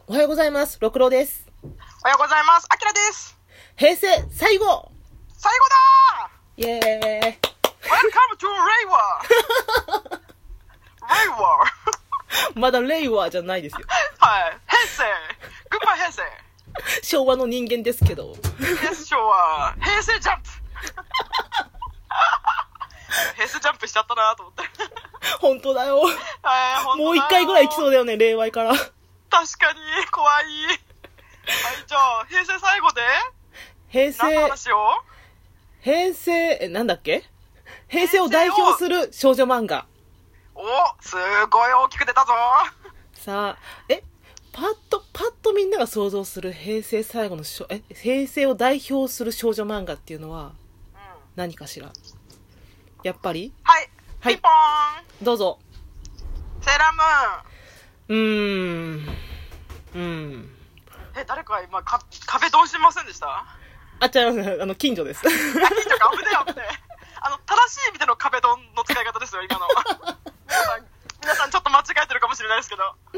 おはようございます。六郎です。 おはようございます。あきらです。 平成最後最後だーイエーイ !Welcome to 令和令和まだ令和じゃないですよ。 はい。平成グッバイ平成昭和の人間ですけど。 昭和平成ジャンプ平成ジャンプしちゃったなと思って本当だよ。もう一回ぐらい来そうだよね、令和から。 確かに、怖い。はい、じゃあ、平成最後で何の話を平成、なんだっけ平成を代表する少女漫画。 お、すごい大きく出たぞ。 さあ、パッとみんなが想像する平成最後の平成を代表する少女漫画っていうのは何かしら。やっぱりはい、 はい、 ピンポーン。 どうぞ。 セーラームーン。 誰か今壁ドンしてませんでした？ 違います。近所です。 近所か、危ねえ。正しい意味での壁ドンの使い方ですよ、今の。皆さんちょっと間違えてるかもしれないですけど。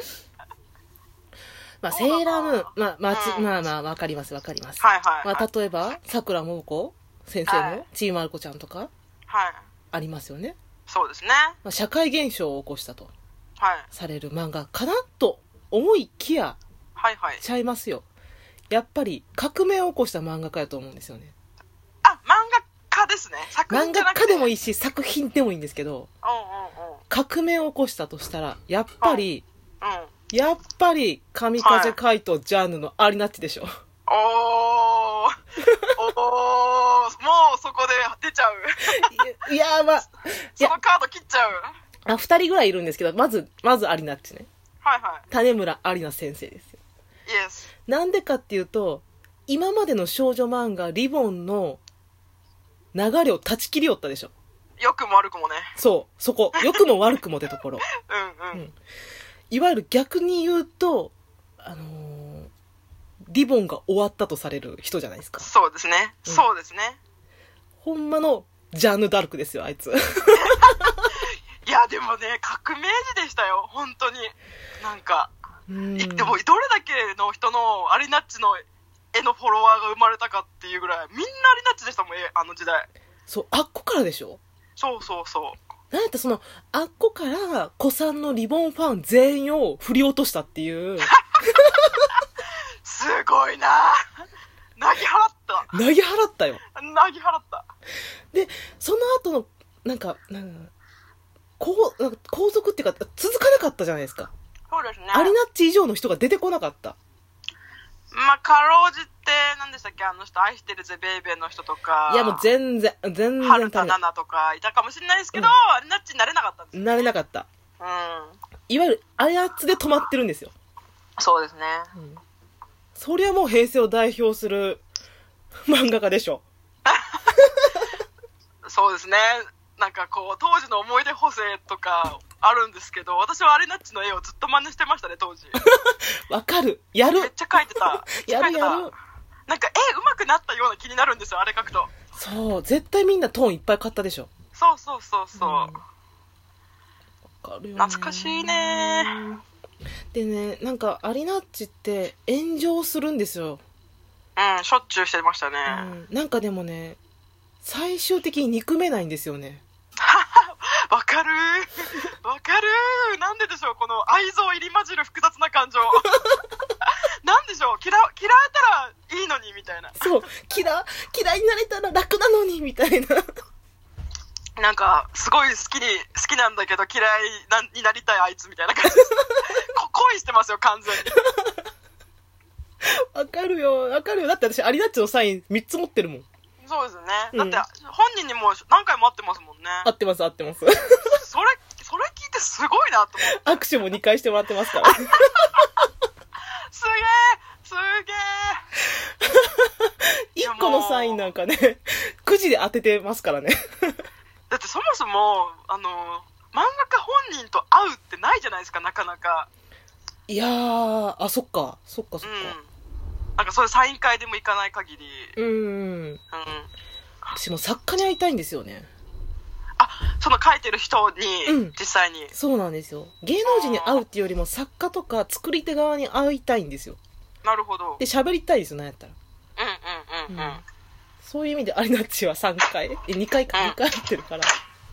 セーラームーン、わかります。はいはい。例えば、桜桃子先生のちーまる子ちゃんとか、 はい。 ありますよね。 そうですね。 社会現象を起こしたと、 はい。される漫画かなと思いきや、 はいはい。 ちゃいますよ。やっぱり革命を起こした漫画家やと思うんですよね。 漫画家ですね。 漫画家でもいいし、作品でもいいんですけど、革命を起こしたとしたら、やっぱり、神風怪盗ジャンヌのアリナッチでしょ。 もうそこで出ちゃう。そのカード切っちゃう。 2人ぐらいいるんですけど、まずアリナッチね。 はいはい。 種村アリナ先生ですよ。なんでかっていうと、今までの少女漫画リボンの流れを断ち切りよったでしょ。 良くも悪くもね。 そこ。良くも悪くもってところ。 うん。 いわゆる逆に言うと、リボンが終わったとされる人じゃないですか。 そうですね。そうですね。 ほんまのジャンヌ・ダルクですよ、あいつ。 いや、でもね、革命児でしたよ、本当に。なんか。でも、どれだけの人のアリナッチの絵のフォロワーが生まれたかっていうぐらい、みんなアリナッチでしたもん、あの時代。 そう、あっこからでしょ。 そう。 なんやったらあっこから古参のリボンファン全員を振り落としたっていう。 すごいな。なぎ払ったよ。で、その後の、後続っていうか、続かなかったじゃないですか。 そうですね。 アリナッチ以上の人が出てこなかった。 かろうじって何でしたっけ、あの人、愛してるぜベイベーの人とか。 いや、もう全然春田奈々とかいたかもしれないですけど、アリナッチになれなかったんですよね。 なれなかった。いわゆるあやつで止まってるんですよ。 そうですね。 そりゃもう平成を代表する漫画家でしょ。 そうですね。当時の思い出補正とかあるんですけど、私はアリナッチの絵をずっと真似してましたね、当時。 わかる。やる。 めっちゃ描いてた。 やる。 上手くなったような気になるんですよ、あれ描くと。 そう、絶対みんなトーンいっぱい買ったでしょ。 そう。わかるよね。 懐かしいね。 でね、アリナッチって炎上するんですよ。 しょっちゅうしてましたね。 でもね、最終的に憎めないんですよね。 わかる。なんででしょう、この愛憎入り混じる複雑な感情。なんでしょう、嫌われたらいいのにみたいな。 そう、嫌いになれたら楽なのにみたいな。 すごい好きなんだけど嫌いになりたいあいつみたいな感じです。恋してますよ、完全に。 わかるよ。だって私アリナッチのサイン3つ持ってるもん。 そうですよね。だって本人にも何回も会ってますもんね。 会ってます。 それ聞いてすごいなと思って。 握手も2回してもらってますから。 すげえ。1個のサインくじで当ててますからね。 だってそもそも漫画家本人と会うってないじゃないですか、なかなか。 いやー、そっか。 そういうサイン会でも行かない限り。 私も作家に会いたいんですよね。 その書いてる人に、実際に。 そうなんですよ。芸能人に会うっていうよりも作家とか作り手側に会いたいんですよ。 なるほど。 で、喋りたいですよ、なんやったら。そういう意味でアリナッチは3回2回か、2回会ってるから。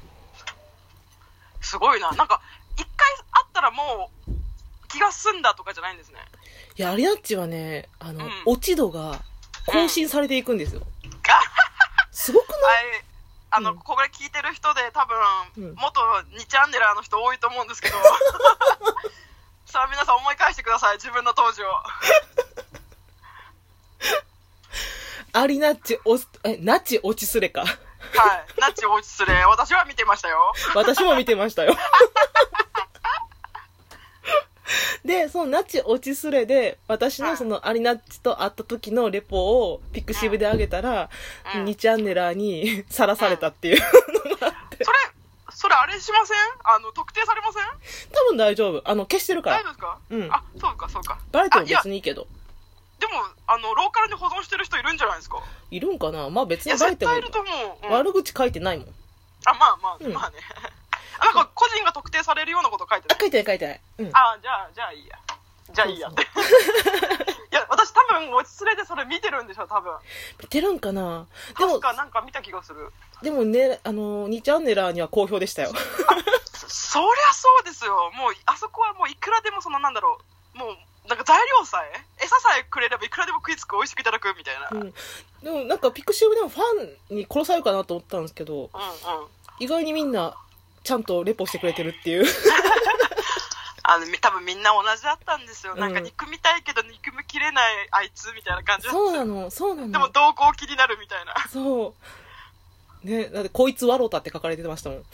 すごいな。なんか、1回会ったらもう、気が済んだとかじゃないんですね。 いや、アリナッチはね、落ち度が更新されていくんですよ。すごくない？ これ聞いてる人で多分、元2チャンネラーの人多いと思うんですけど、さあ皆さん思い返してください、自分の当時を。 アリナッチ、ナチ落ちすれか。はい。 ナチ落ちすれ、私は見てましたよ。 私も見てましたよ。で、そのナチ落ちすれで、私のそのアリナッチと会った時のレポをピクシブで上げたら、2チャンネラーにさらされたっていうのがあって。 それあれしません？特定されません？ 多分大丈夫。消してるから。 大丈夫ですか？そうか。 バレても別にいいけど。 でも、ローカルに保存してる人いるんじゃないですか？ いるんかな？まあ別にバレてもいい。 絶対いると思う。 悪口書いてないもん。 まあね。なんか個人が特定されるようなこと書いてない。 書いてない。じゃあいいや。じゃあいいやって。いや、私多分落ちすれでそれ見てるんでしょ、多分。 見てるんかな？ でもなんか見た気がする。 でもね、2チャンネラーには好評でしたよ。 そりゃそうですよ。もう、あそこはもういくらでももう、なんか材料さえ、餌さえくれればいくらでも食いつく、美味しくいただくみたいな。 でもなんかピクシブでもファンに殺されるかなと思ったんですけど、意外にみんなちゃんとレポしてくれてるっていう。 多分みんな同じだったんですよ。なんか憎みたいけど憎みきれないあいつみたいな感じだった。 そうなの。 でも動向気になるみたいな。 そう。ね、だってこいつワロタって書かれてましたもん。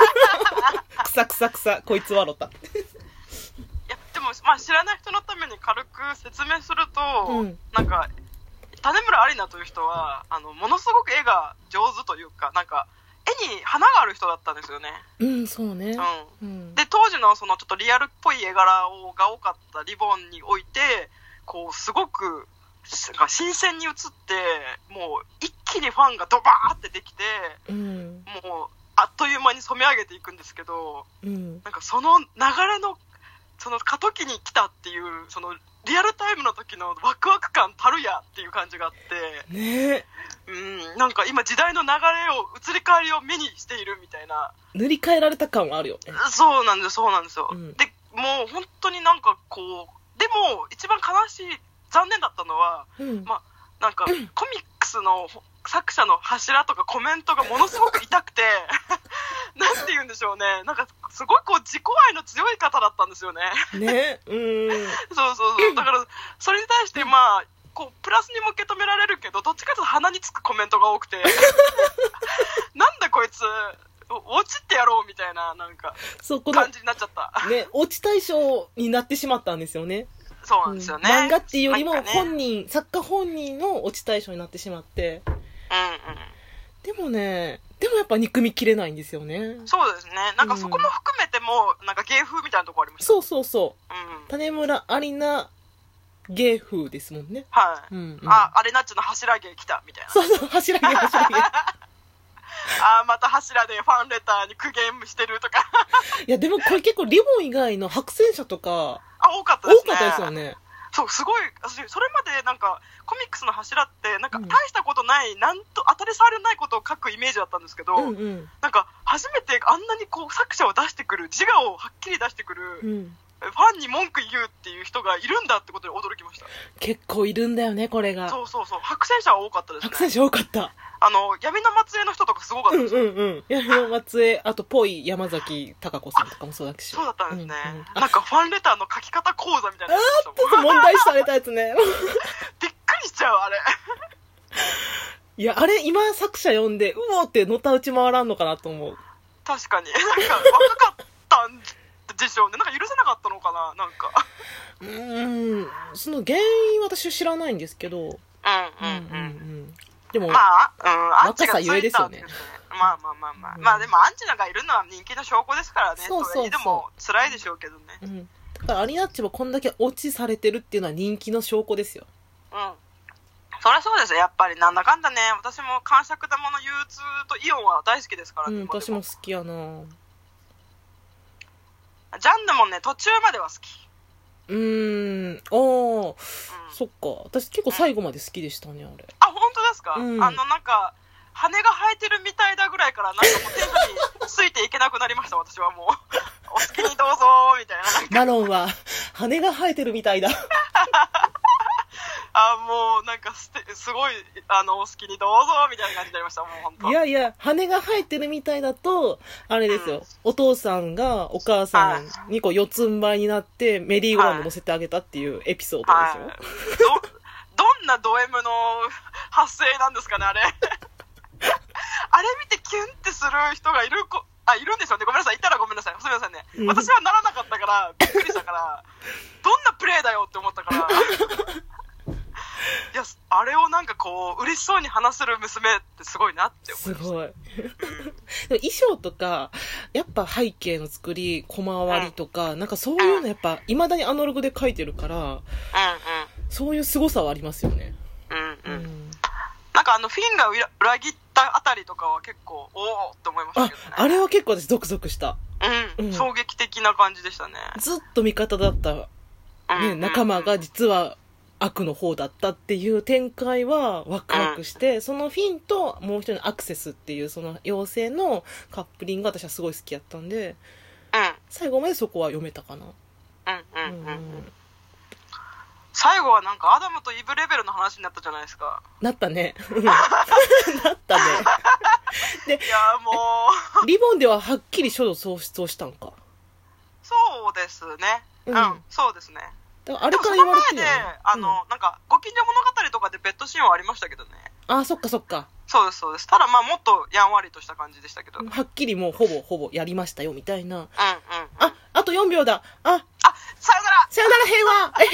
草、こいつワロタ。いや、でも、まあ知らない人のために軽く説明すると、なんか、種村アリナという人は、ものすごく絵が上手というか、なんか、絵に花がある人だったんですよね。 そうね。 で、当時のそのちょっとリアルっぽい絵柄が多かったリボンにおいて、こう、すごく、新鮮に映って、もう一気にファンがドバーってできて、もうあっという間に染め上げていくんですけど、なんかその流れの、その過渡期に来たっていう、そのリアルタイムの時のワクワク感たるやっていう感じがあって、 ね、 なんか今時代の流れを、移り変わりを目にしているみたいな。塗り替えられた感はあるよね。 そうなんですよ。で、もう本当になんかこう、でも一番悲しい、残念だったのは、なんかコミックスの作者の柱とかコメントがものすごく痛くてなんて言うんでしょうね、なんかすごいこう自己愛の強い方だったんですよね。 ね、 そうだからそれに対してこうプラスにも受け止められるけど、どっちかというと鼻につくコメントが多くてなんだこいつ落ちてやろうみたいな、なんか感じになっちゃったね。落ち対象になってしまったんですよね。 そうなんですよね。 漫画っていうよりも作家本人の落ち対象になってしまって。でもやっぱ憎みきれないんですよね。 そうですね。なんかそこも含めても、なんか芸風みたいなとこありました。 そう。種村アリナ芸風ですもんね。 はい。アリナッチの柱芸来たみたいな。 そう、柱芸。 また柱でファンレターに苦言してるとか。 いや、でもこれ結構リボン以外の白戦車とか、 多かったですね。 多かったですよね。 そう、すごい、それまでなんか、コミックスの柱って、なんか、大したことない、なんと当たり障りないことを書くイメージだったんですけど、なんか、初めてあんなにこう、作者を出してくる、自我をはっきり出してくる、ファンに文句言うっていう人がいるんだってことに驚きました。 結構いるんだよね、これが。 そう。白戦車は多かったですね。 白戦車多かった。 闇の末裔の人とかすごかったですよ。 闇の末裔、あと、ぽい山崎貴子さんとかもそうだし。 そうだったんですね。なんか、ファンレターの書き方講座みたいな。 問題視されたやつね。 びっくりしちゃう、あれ。 いや、あれ、今作者読んで、うおーってのたうち回らんのかなと思う。 確かに。なんか、若かったんでしょうね。なんか許せなかったのかな、なんか。 その原因私は知らないんですけど。でも、若さゆえですよね。 まあでもアンチなんかいるのは人気の証拠ですからね。そうでも辛いでしょうけどね。 だからアリナッチもこんだけ落ちされてるっていうのは人気の証拠ですよ。 そりゃそうですよ。やっぱりなんだかんだね、私も感触玉の憂鬱とイオンは大好きですからね。 私も好きやな。 ジャンヌもね、途中までは好き。 そっか。私結構最後まで好きでしたね、あれ。 あ、本当ですか？なんか、羽が生えてるみたいだぐらいから、なんかもうテンションについていけなくなりました、私はもう。お好きにどうぞみたいな。 マロンは、羽が生えてるみたいだ。 もうなんかすごいお好きにどうぞみたいな感じになりました。もう本当。 いやいや、羽が生えてるみたいだとあれですよ、お父さんがお母さんにこう四つん這いになってメリーゴーランド乗せてあげたっていうエピソードですよ。 どんなド M の発声なんですかね、あれ。あれ見てキュンってする人がいるんでしょうね。ごめんなさい、いたらごめんなさい、すみませんね。私はならなかったからびっくりしたから、どんなプレイだよって思ったから。いや、あれをなんかこう嬉しそうに話せる娘ってすごいなって思いました。すごい。 でも衣装とかやっぱ背景の作り、小回りとか、なんかそういうのやっぱ未だにアナログで描いてるから、そういう凄さはありますよね。 なんかフィンが裏切ったあたりとかは結構おおって思いましたけどね。 あれは結構私ゾクゾクした。 衝撃的な感じでしたね。 ずっと味方だった仲間が実は悪の方だったっていう展開はワクワクして、そのフィンともう一人のアクセスっていうその妖精のカップリングが私はすごい好きやったんで、最後までそこは読めたかな。 最後はなんかアダムとイブレベルの話になったじゃないですか。 なったね。なったね。で、 いやもうリボンでははっきり書道喪失をしたんか。 そうですね。そうですね。 あれから言われてるよね。 なんかご近所物語とかでベッドシーンはありましたけどね。 そっかそっか。 そうですそうです。ただまあもっとやんわりとした感じでしたけど、 はっきりもうほぼやりましたよみたいな。あと4秒だ。 さよなら平和。